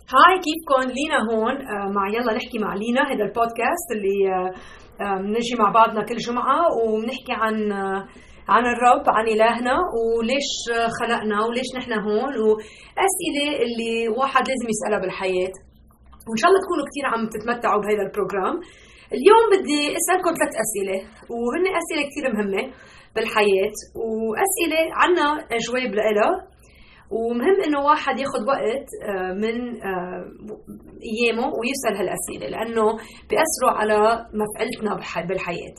هاي كيفكن؟ لينا هون مع يلا نحكي مع لينا. هذا البودكاست اللي بنجي مع بعضنا كل جمعة وبنحكي عن الرب، عن إلهنا وليش خلقنا وليش نحن هون، وأسئلة اللي واحد لازم يسألها بالحياة. وإن شاء الله تكونوا كتير عم تتمتعوا بهذا البروجرام. اليوم بدي أسألكم 3 أسئلة، وهن أسئلة كتير مهمة بالحياة، وأسئلة عنا أجواب لها، ومهم إنه واحد ياخد وقت من أيامه ويسأل هالأسئلة، لأنه بيأثروا على مفعلتنا بالحياة.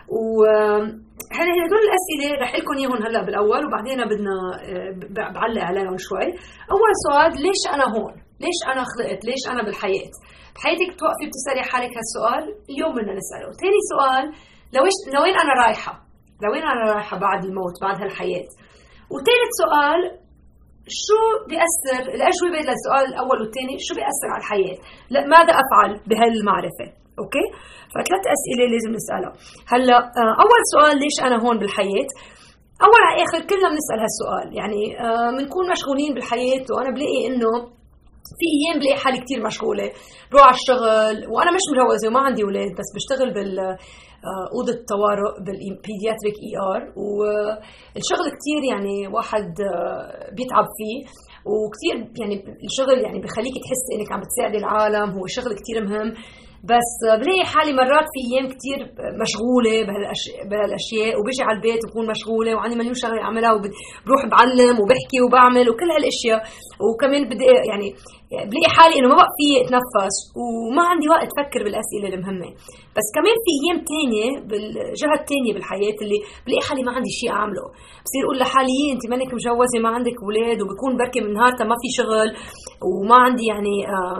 هدول الأسئلة رح لكم إياهم هلأ بالأول، وبعدين بدنا بعلق عليهم شوي. أول سؤال: ليش أنا هون؟ ليش أنا خلقت؟ ليش أنا بالحياة؟ بحياتك توقفي بتسألي حالك هالسؤال؟ اليوم بدنا نسأله. تاني سؤال: لوين أنا رايحة؟ لوين أنا رايحة بعد الموت، بعد هالحياة؟ وثالث سؤال: شو بيأثر الأجوبة للسؤال الأول والثاني؟ شو بيأثر على الحياة؟ لا، ماذا أفعل بهالمعرفة؟ أوكي؟ ف3 أسئلة لازم نسألها. هلا أول سؤال: ليش أنا هون بالحياة؟ أول على آخر كلنا بنسأل هالسؤال. يعني بنكون مشغولين بالحياة، وأنا بلاقي إنه في أيام بلاقي حالي كتير مشغولة، بروح على الشغل وأنا مش مجوزة وما عندي أولاد، بس بشتغل أوضة الطوارئ بالبيدياتريك ER، والشغل كتير يعني واحد بيتعب فيه، وكتير يعني الشغل يعني بخليك تحس إنك عم بتساعد العالم، هو شغل كتير مهم. بس بلاقي حالي مرات في أيام كتير مشغولة بهالأشياء، وبيجي على البيت وبكون مشغولة وعندي مليون شغلة أعملها، وبروح بعلم وبحكي وبعمل وكل هالأشياء، وكمان بدي يعني بلاقي حالي إنه ما بقى فيه أتنفس وما عندي وقت أفكر بالأسئلة المهمة. بس كمان في أيام تانية بالجهة التانية بالحياة اللي بلاقي حالي ما عندي شيء أعمله، بصير أقول لحالي أنت مانك مجوزة، ما عندك أولاد، وبكون بركي من نهارتها ما في شغل، وما عندي يعني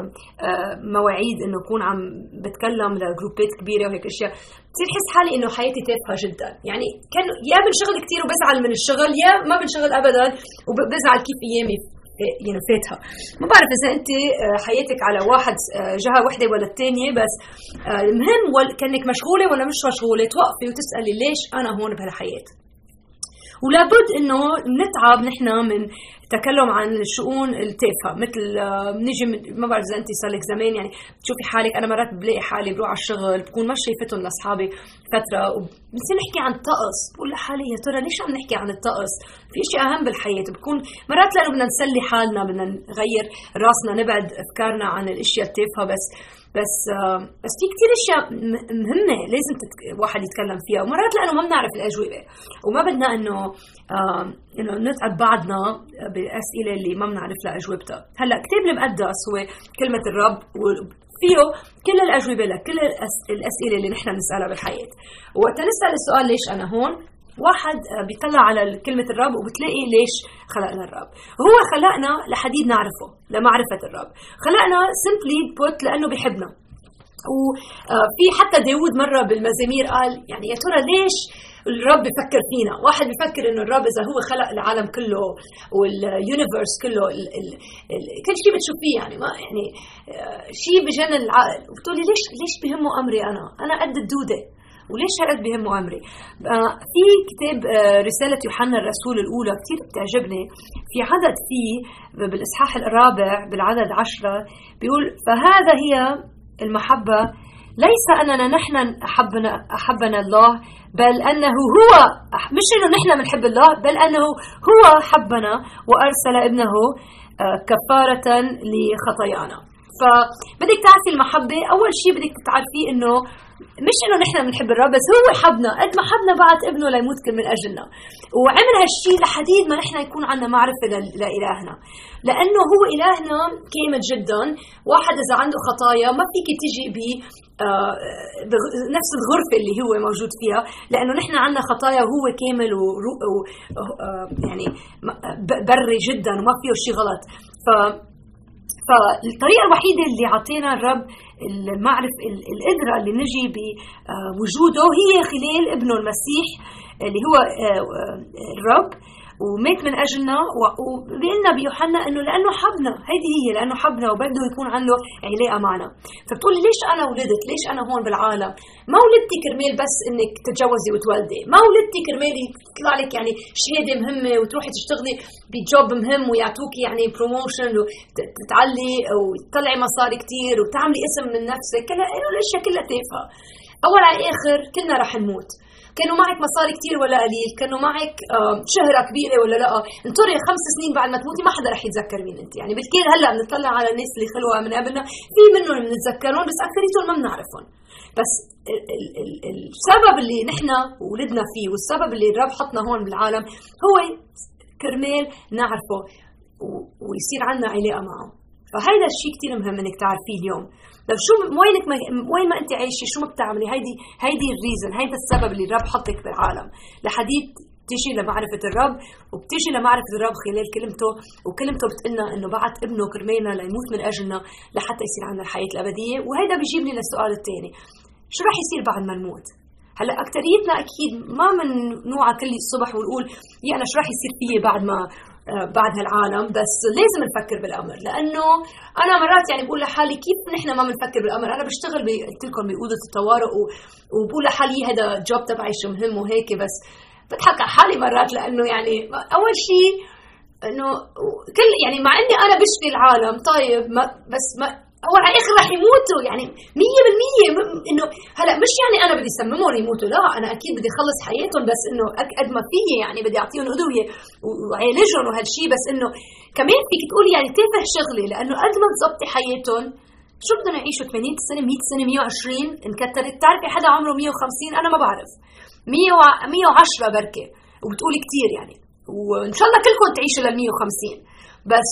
مواعيد إنه أكون عم بتكلم لجروبات كبيرة وهيك أشياء. بصير حس حالي إنه حياتي تافهة جدا. يعني كان يا بنشغل كتير وبزعل من الشغل، يا ما بنشغل أبدا وبزعل كيف أيامي فاتها. ما بعرف إذا أنت حياتك على واحد جهة واحدة ولا الثانية، بس المهم كأنك مشغولة ولا مش مشغولة توقفي وتسألي ليش أنا هون بهالحياة. ولابد إنه نتعب نحن من تكلم عن الشؤون التافهة، مثل نيجي ما بعرف إذا أنت صار لك زمان يعني بتشوفي حالك. أنا مرات بلاقي حالي بروح على الشغل، بكون ما شايفتهم لأصحابي فترة، وبنصير نحكي عن الطقس، بقول لحالي يا ترى ليش عم نحكي عن الطقس؟ في شيء أهم بالحياة. بكون مرات لأنه بدنا نسلي حالنا، بدنا نغير راسنا، نبعد أفكارنا عن الأشياء التافهة. بس في كتير أشياء مهمة لازم واحد يتكلم فيها، ومرات لأنه ما بنعرف الأجوبة، وما بدنا إنه نتعب بعضنا بالأسئلة اللي ما بنعرف لها أجوبتها. هلا كتاب المقدس هو كلمة الرب، وفيه كل الأجوبة لكل الأسئلة اللي نحن بنسألها بالحياة. وقت نسأل السؤال ليش أنا هون، واحد بيطلع على كلمة الرب وبتلاقي ليش خلقنا الرب. هو خلقنا لحديد نعرفه، لمعرفة الرب. خلقنا simply put لأنه بيحبنا. وفي حتى داود مرة بالمزامير قال يعني يا ترى ليش الرب بيفكر فينا؟ واحد بيفكر إنه الرب إذا هو خلق العالم كله واليونيفرس كله، كل شيء بتشوفيه يعني ما يعني شيء بجنن العقل، وبتقولي ليش بهمه أمري؟ أنا قد الدودة، وليش هالقد بهمه أمري؟ في كتاب رسالة يوحنا الرسول الأولى كتير بتعجبني، في عدد فيه بالإصحاح 4 بالعدد 10 بيقول: فهذا هي المحبة، ليس أننا نحن أحبنا الله، بل أنه هو، مش إنه نحن بنحب الله، بل أنه هو حبنا وأرسل ابنه كفارة لخطايانا. فبدك تعرفي المحبة. أول شيء بدك تعرفي إنه مش إنه نحن بنحب الرب، بس هو حبنا قد ما حبنا بعت ابنه ليموت من أجلنا، وعمل هالشيء لحديد ما نحن يكون عندنا معرفة لإلهنا، لأنه هو إلهنا كامل جدا. واحد إذا عنده خطايا ما فيك تيجي بنفس الغرفة اللي هو موجود فيها، لأنه نحن عندنا خطايا وهو كامل يعني بري جدا وما فيه شيء غلط. فالطريقة الوحيدة اللي عطينا الرب المعرفة القدرة اللي نجي بوجوده هي خلال ابنه المسيح اللي هو الرب. ومات من أجلنا وبيقلنا بيوحنا إنه لأنه حبنا، هيدي هي لأنه حبنا وبده يكون عنده علاقة معنا. فبتقولي ليش أنا ولدت؟ ليش أنا هون بالعالم؟ ما ولدتي كرمال بس إنك تتجوزي وتولدي، ما ولدتي كرمال يطلع لك يعني شهادة مهمة وتروحي تشتغلي بجوب مهم ويعطوكي يعني بروموشن وتتعلي وتطلعي مصاري كتير وتعملي اسم من نفسك. كلها إنه الأشياء كلها تافهة. أول على آخر كلنا رح نموت. كانوا معك مصاري كتير ولا قليل، كانوا معك شهرة كبيرة ولا لا، انطري 5 سنين بعد ما تموتي ما حدا رح يتذكر مين انت. يعني بالكير هلا بنطلع على الناس اللي خلوها من قبلنا، في منهم بنتذكرهم بس اكثريتهم ما بنعرفهم. بس السبب اللي نحن ولدنا فيه والسبب اللي الرب حطنا هون بالعالم هو كرمال نعرفه ويصير عنا علاقة معه. فهيدا الشيء كتير مهم انك تعرفيه اليوم. لو شو وين ما انت عايشه شو ما بتعملي، هيدي الريزن، هيدا السبب اللي الرب حطك بالعالم لحديد تيجي لمعرفة الرب. وبتيجي لمعرفة الرب خلال كلمته، وكلمته بتقلنا انه بعت ابنه كرمالنا ليموت من اجلنا لحتى يصير عنا الحياة الابدية. وهيدا بيجيبني للسؤال الثاني، شو راح يصير بعد ما نموت؟ هلا اكثريتنا اكيد ما من نوعا كل الصبح ونقول يا انا شو راح يصير فيي بعد هالعالم، بس لازم نفكر بالامر. لانه انا مرات يعني بقول لحالي كيف نحن ما بنفكر بالامر. انا بشتغل قلت لكم بأوضة الطوارئ وبقول لحالي هذا الجوب تبعي شو مهم وهيك، بس بضحك على حالي مرات. لانه يعني اول شيء انه كل يعني مع اني انا بشفي العالم طيب بس ما اول على اخر رح يموتوا يعني 100%. انه هلا مش يعني انا بدي سممهم يموتوا، لا انا اكيد بدي اخلص حياتهم، بس انه قد ما فيي يعني بدي اعطيهم ادويه وعالجهم وهالشيء. بس انه كمان فيك تقولي يعني تافه شغلي، لانه قد ما تظبطي حياتهم شو بدهم يعيشوا 80 سنه 100 سنه 120 انكترت. تعرفي حدا عمره 150 انا ما بعرف 110 بركه وبتقولي كتير يعني، وان شاء الله كلكم تعيشوا لل 150. بس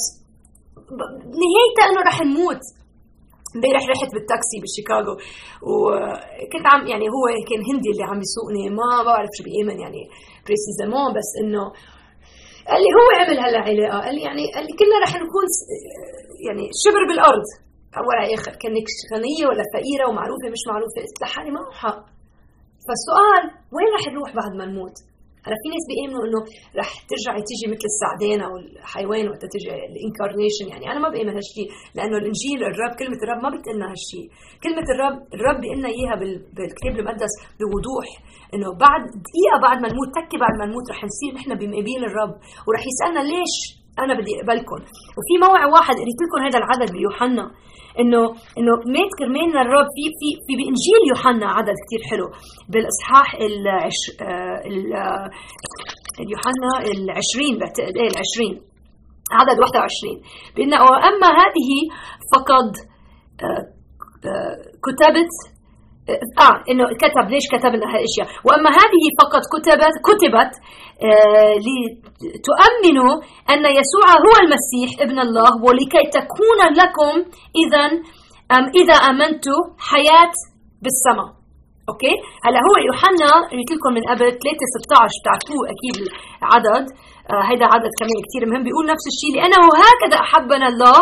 نهايتها انه رح نموت. امبارح رحت بالتاكسي بشيكاغو وكنت عم يعني هو كان هندي اللي عم يسوقني، ما بعرف شو بيامن يعني بريسيزمون، بس انه قال لي هو عمل هلا علاقه، قال لي كلنا رح نكون يعني شبر بالارض اول على اخر، كانك غنيه ولا فقيره ومعروفه مش معروفه. قلت لحالي ما حق. فالسؤال وين رح نروح بعد ما نموت؟ هلا في ناس بيامنوا انه رح ترجعي تيجي مثل السعدان او الحيوان وقت تيجي الانكارنيشن. يعني انا ما بامن هالشيء، لانه الانجيل الرب كلمه الرب ما بتقلنا هالشيء. كلمه الرب بيقلنا اياها بالكتاب المقدس بوضوح، انه بعد دقيقه بعد ما نموت، تكي بعد ما نموت رح نصير نحن بمقابل الرب ورح يسالنا ليش انا بدي اقبلكم. وفي موعد واحد قريت لكم هذا العدد بيوحنا، انه مات كرمالنا الرب في بانجيل يوحنا عدد كتير حلو بالاصحاح يوحنا 20 عدد 21 بأن واما هذه فقد كتبت انه كتب ليش كتبنا هالاشياء، واما هذه فقد كتبت لتؤمنوا ان يسوع هو المسيح ابن الله، ولكي تكون لكم اذا امنتوا حياه بالسماء. اوكي هلا هو يوحنا قلت لكم من قبل 3:16 بتعرفوه اكيد العدد، هيدا عدد كمان كتير مهم، بيقول نفس الشيء، لانه هكذا احبنا الله،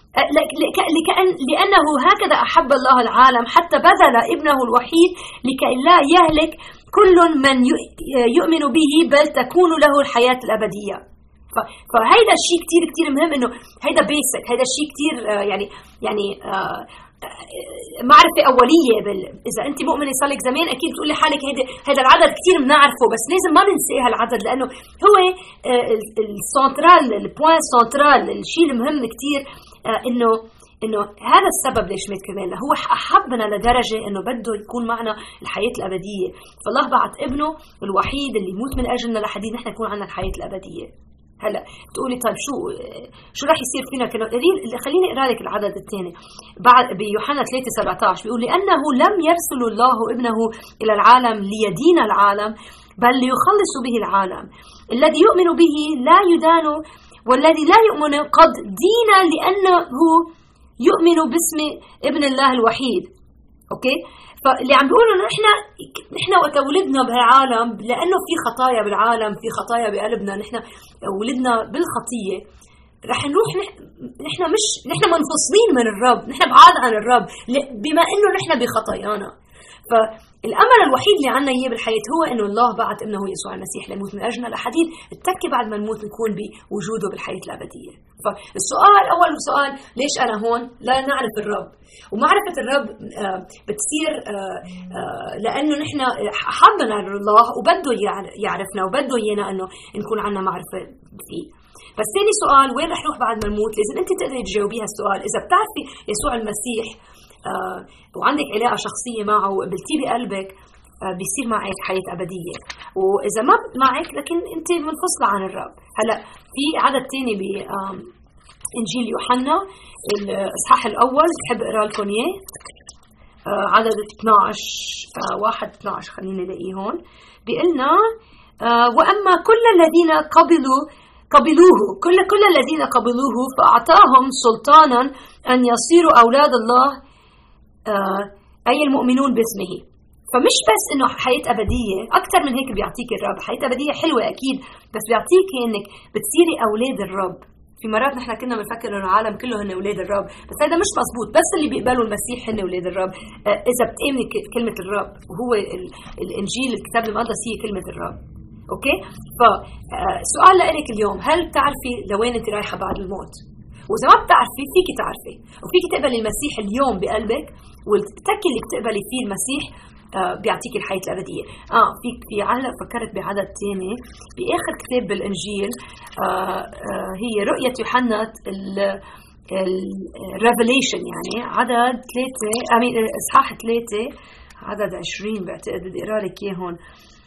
لأنه هكذا أحب الله العالم حتى بذل ابنه الوحيد لكي لا يهلك كل من يؤمن به بل تكون له الحياة الأبدية. فهيدا الشيء كتير كتير مهم، إنه هيدا بيسك، هيدا الشيء كتير يعني معرفة أولية. إذا أنت مؤمنة صار لك زمان أكيد تقولي حالك هيدا العدد كتير بنعرفه، بس لازم ما ننسى هالعدد، لأنه هو السنترال، البوين سنترال، الشيء المهم كتير، إنه هذا السبب ليش مات كرمالنا. هو أحبنا لدرجة إنه بده يكون معنا الحياة الأبدية. فالله بعت ابنه الوحيد اللي يموت من أجلنا لحديد نحن يكون عنا الحياة الأبدية. هلا تقولي طيب شو راح يصير فينا؟ خليني اقرا لك العدد الثاني بعد بيوحنا 3:17 بيقول لانه لم يرسل الله ابنه الى العالم ليدين العالم بل ليخلص به العالم. الذي يؤمن به لا يدان، والذي لا يؤمن قد دين لانه يؤمن باسم ابن الله الوحيد. اوكي فاللي عم بيقولوا انه نحن وقت ولدنا بهالعالم، لانه في خطايا بالعالم، في خطايا بقلبنا، نحن ولدنا بالخطيه، رح نروح نحن منفصلين من الرب، نحن بعاد عن الرب بما انه نحن بخطايانا. فالأمل الوحيد اللي عنا إياه بالحياة هو إنه الله بعث ابنه يسوع المسيح ليموت من أجلنا لحديد التكي بعد ما نموت نكون بوجوده بالحياة الأبدية. فالسؤال أول سؤال ليش أنا هون؟ لا نعرف الرب، ومعرفة الرب بتصير لأنه نحن حبنا الله وبده يعرفنا وبده إيانا إنه نكون عنا معرفة فيه. بس ثاني سؤال وين رح نروح بعد ما نموت؟ لازم أنت تقدري تجاوبيها السؤال. إذا بتعرفي يسوع المسيح وعندك علاقة شخصية معه وقبلتيه بقلبك بيصير معك حياة أبدية. وإذا ما معك لكن أنت منفصلة عن الرب. هلأ في عدد تاني بإنجيل يوحنا الإصحاح الأول بحب أقرأ لكم إياه، عدد 12 1-12 خليني نلاقيه هون. بيقلنا وأما كل الذين قبلوه كل الذين قبلوه فأعطاهم سلطانا أن يصيروا أولاد الله أي المؤمنون باسمه. فمش بس إنه حياة أبدية، أكثر من هيك بيعطيك الرب. حياة أبدية حلوة أكيد، بس بيعطيك إنك بتصيري أولاد الرب. في مرات نحن كنا بنفكر إنه العالم كله هن أولاد الرب، بس هذا مش مزبوط. بس اللي بيقبلوا المسيح هن أولاد الرب إذا بتآمني كلمة الرب، وهو الإنجيل الكتاب المقدس هي كلمة الرب. أوكي؟ فسؤال لإلك اليوم، هل بتعرفي لوين أنت رايحة بعد الموت؟ وإذا ما بتعرفي فيك تعرفي، وفيك تقبلي المسيح اليوم بقلبك، والتكي اللي بتقبلي فيه المسيح بيعطيك الحياة الأبدية. في علق فكرت بعدد تاني بآخر كتاب بالإنجيل، هي رؤية يوحنا الريفيليشن، يعني عدد 3 إصحاح 3 عدد 20 بعتقد بدي أقرأ لك إياه هون.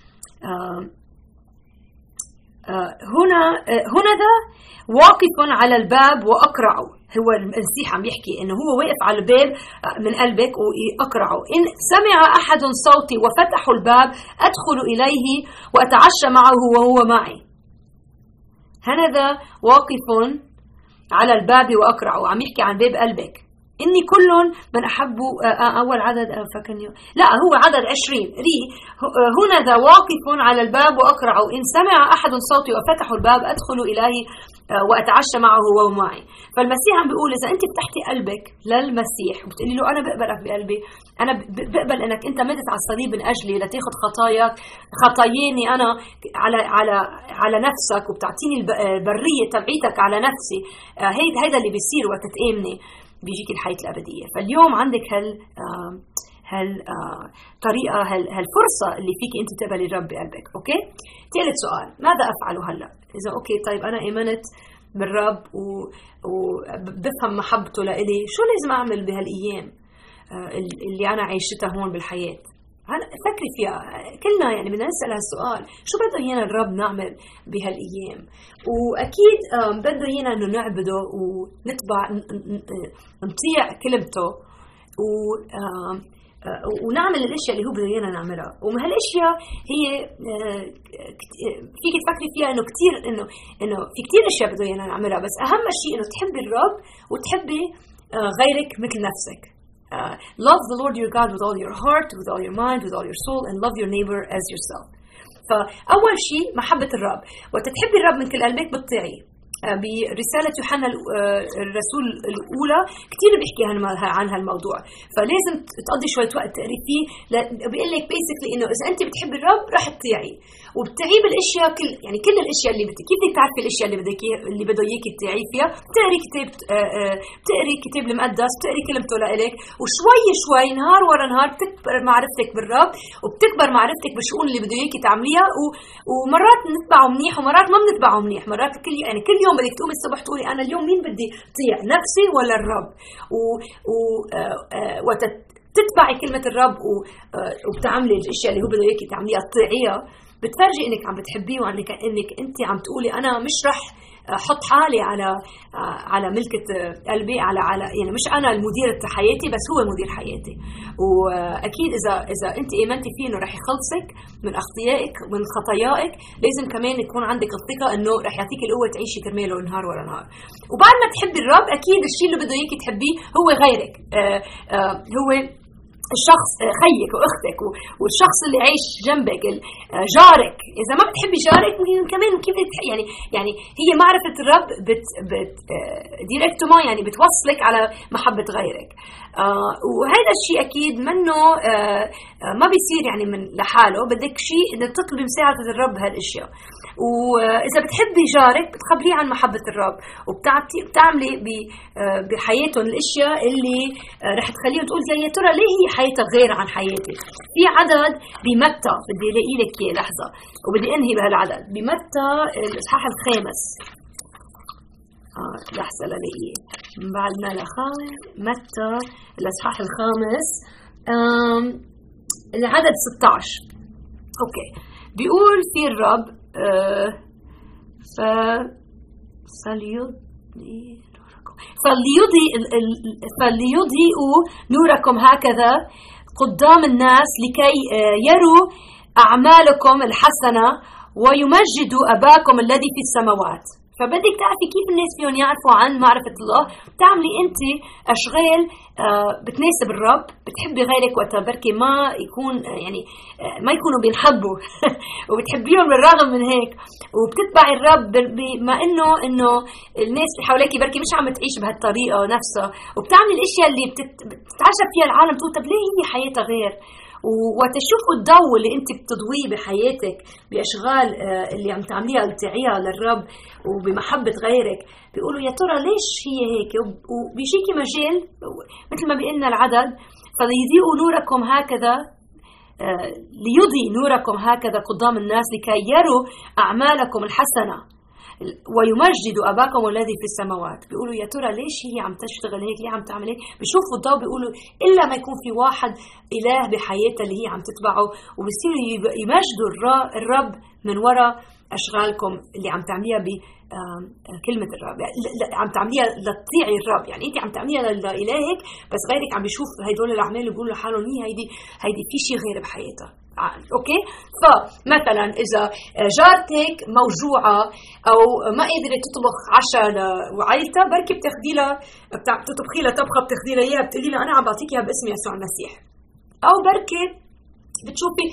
هنا ذا واقف على الباب وأقرعه. هو المسيح عم يحكي إنه هو واقف على الباب من قلبك وأقرعه. إن سمع أحد صوتي وفتح الباب أدخل إليه وأتعشى معه وهو معي. هذا واقف على الباب وأقرعه، عم يحكي عن باب قلبك. إني كل من أحبه أول عدد فكني لا هو عدد 20 هنا ذا واقف على الباب وأقرعه إن سمع أحد صوتي وفتح الباب أدخل إليه وأتعشى معه وهو معي. فالمسيح عم بيقول إذا أنت فتحتي قلبك للمسيح وبتقولي له أنا بقبلك بقلبي، أنا بقبل إنك أنت مدت على الصليب من أجلي لتاخد خطاياني أنا على نفسك، وبتعطيني البرية تبعيتك على نفسي، هيدا اللي بيصير وقت تآمني بيجيك الحياة الأبدية. فاليوم عندك طريقة هالفرصة اللي فيك أنت تقبلي الرب بقلبك. أوكي؟ ثالث سؤال، ماذا أفعل هلأ؟ إذا أوكي طيب أنا آمنت بالرب وبفهم محبته لإلي، شو لازم أعمل بهالأيام اللي أنا عايشتها هون بالحياة؟ فكري فيها كلنا، يعني بدنا نسأل هالسؤال، شو بده إيانا الرب نعمل بهالأيام؟ وأكيد بده إيانا إنه نعبده ونتبع نطيع كلمته ونعمل الأشياء اللي هو بده إيانا نعملها. وهالأشياء هي فيك تفكري فيها إنه كتير إنه في كتير أشياء بده إيانا نعملها، بس أهم شيء إنه تحبي الرب وتحبي غيرك مثل نفسك. Love the Lord your God with all your heart, with all your mind, with all your soul, and love your neighbor as yourself. فأول شيء محبة الرب، وتتحبي الرب من كل قلبك بتطيعي. برسالة يوحنا الرسول الأولى كتير بيحكي عن هالموضوع، فلازم تقضي شوية وقت تقري فيه. بيقول لك basically إنه إذا أنت بتحبي الرب رح تطيعي، وبتطيعي بالأشياء كل الأشياء اللي كيف بدك تعرفي الأشياء اللي بده إياكي تطيعي فيها؟ بتقري كتاب المقدس، بتقري كلمته لإلك، وشوي شوي نهار ورا نهار بتكبر معرفتك بالرب، وبتكبر معرفتك بالشؤون اللي بده إياكي تعمليها. ومرات نتبعه منيح ومرات ما بنتبعه منيح. مرات كل يوم بدك تقومي الصبح تقولي أنا اليوم مين بدي طيع، نفسي ولا الرب؟ وتتبعي كلمة الرب وبتعملي الأشياء اللي هو بده إياكي تعمليها تطيعيها، بتفرجي إنك عم بتحبيه، وإنك أنت عم تقولي أنا مش رح حط حالي على ملكة قلبي، على يعني مش أنا المدير حياتي بس هو مدير حياتي. وأكيد إذا أنت آمنتي فيه إنه رح يخلصك من أخطائك ومن خطاياك، لازم كمان يكون عندك الثقة إنه رح يعطيك القوة تعيشي كرماله نهار ورا نهار. وبعد ما تحبي الرب أكيد الشيء اللي بده إياكي تحبيه هو غيرك، هو الشخص خيك واختك والشخص اللي عايش جنبك، جارك. اذا ما بتحبي جارك كمان كيف يعني هي معرفه الرب ديريكتومون يعني بتوصلك على محبه غيرك. وهذا الشيء اكيد منه ما بيصير يعني من لحاله، بدك شيء انك تطلبي مساعده الرب هالاشياء. واذا بتحبي جارك بتخبريه عن محبه الرب، وبتعملي بحياتهم الاشياء اللي رح تخليهم تقول يا ترى ليه هي حياتها غير عن حياتي. في عدد بمتى بدي الاقي لك لحظه وبدي انهي بهالعدد بمتى الاصحاح الخامس. لحظه للاقيه بعد ما لخامس متى الاصحاح الخامس العدد 16. اوكي بيقول في الرب فليضيئوا نوركم هكذا قدام الناس لكي يروا أعمالكم الحسنة ويمجدوا أباكم الذي في السماوات. فبدك تعرفي كيف الناس فيهم يعرفوا عن معرفة الله. تعملي أنت أشغال بتناسب الرب، بتحبي غيرك وقتها بركي ما يكون يعني ما يكونوا بينحبوا وبتحبيهم بالرغم من هيك، وبتتبعي الرب بما إنه الناس اللي حواليكي بركي مش عم تعيش بهالطريقة نفسها، وبتعملي الأشياء اللي بتتعجب فيها العالم تقول طب ليه هي حياتها غير. وتشوفوا الضوء اللي انت بتضويه بحياتك بأشغال اللي عم تعمليها بتعيها للرب وبمحبة غيرك، بيقولوا يا ترى ليش هي هيك. وبيجيكي مجال مثل ما بيقلنا العدد فليضيئوا نوركم هكذا ليضيء نوركم هكذا قدام الناس لكي يروا أعمالكم الحسنة ويمجدوا أباكم الذي في السماوات. بيقولوا يا ترى ليش هي عم تشتغل هيك، ليه عم تعمل هيك. بيشوفوا الضوء بيقولوا إلا ما يكون في واحد إله بحياتها اللي هي عم تتبعه، وبيصيروا يمجدوا الرب من وراء أشغالكم اللي عم تعمليها بكلمة الرب، عم تعمليها لتطيعي الرب. يعني أنت عم تعمليها لإلهك بس غيرك عم بيشوف هيدول الأعمال بيقولوا لحالهم هيدي في شيء غير بحياتها. اوكي فمثلا اذا جارتك موجوعه او ما قدرت تطبخ عشاء لعائلتها، بركي بتاخدي لها بتطبخي لها طبخه بتاخدي لها اياها بتقولي لها انا عم بعطيك اياها باسم يسوع المسيح. او بركي بتشوفي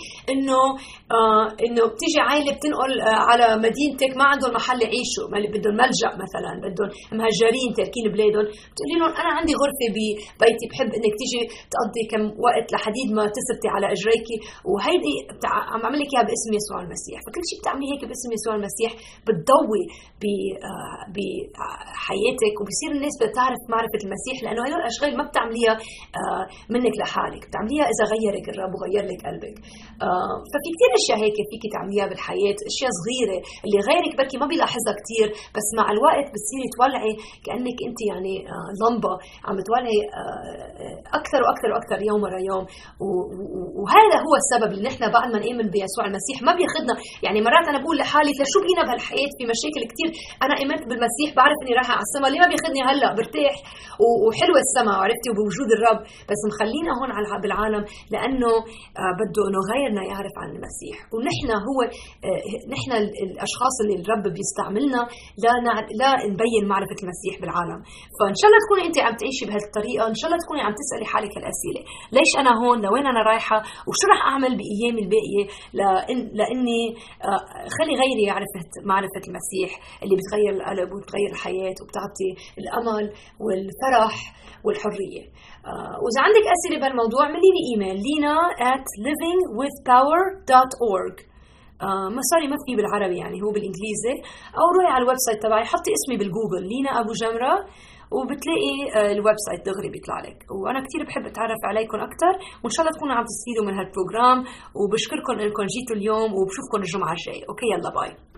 انه بتيجي عائله بتنقل على مدينتك ما عندهم محل يعيشوا، بدهم ملجأ مثلا، بدهم مهجرين تاركين بلادهم، بتقولي لهم انا عندي غرفه ببيتي بحب انك تيجي تقضي كم وقت لحديد ما تثبتي على اجريكي، وهيدي عم بعمل لك اياها باسم يسوع المسيح. فكل شيء بتعملي هيك باسم يسوع المسيح بتضوي بحياتك، وبصير الناس بتعرف معرفه المسيح، لانه هدول الاشغال ما بتعمليها منك لحالك، بتعمليها اذا غيرك الرب وغير لك قلبك. ففي كتير اشياء هيك فيك تعمليها بالحياه، اشياء صغيره اللي غيرك بركي ما بيلاحظها كتير، بس مع الوقت بتصيري تولعي كانك انت يعني لمبه عم تولعي اكثر واكثر واكثر يوم ورا يوم. وهذا هو السبب اللي نحن بعد ما نؤمن بيسوع المسيح ما بياخذنا. يعني مرات انا بقول لحالي لشو بقينا بهالحياه في مشاكل كتير، انا امنت بالمسيح بعرف اني رايحه على السماء، ليه ما بياخذني هلا برتاح وحلوه السماء عرفتي وبوجود الرب، بس مخلينا هون بالعالم لانه بده انه غيرنا يعرف عن المسيح. ونحن هو نحن الاشخاص اللي الرب بيستعملنا لا نبين معرفه المسيح بالعالم. فان شاء الله تكوني انت عم تعيشي بهالطريقه، ان شاء الله تكوني عم تسالي حالك هالاسئله، ليش انا هون، لوين انا رايحه، وشو راح اعمل بايامي الباقيه لاني خلي غيري يعرف معرفه المسيح اللي بتغير القلب وبتغير الحياه وبتعطي الامل والفرح والحريه. وإذا عندك أسئلة بهالموضوع اعملي لي إيميل lina@livingwithpower.org. مصاري ما في بالعربي يعني هو بالإنجليزي، أو روحي على الويب سايت تبعي حطي اسمي بالجوجل لينا أبو جمرة وبتلاقي الويب سايت دغري بيطلع لك. وأنا كتير بحب أتعرف عليكم أكتر، وإن شاء الله تكونوا عم تستفيدوا من هالبروجرام، وبشكركم إنكم جيتوا اليوم، وبشوفكم الجمعة الجاي. أوكي يلا باي.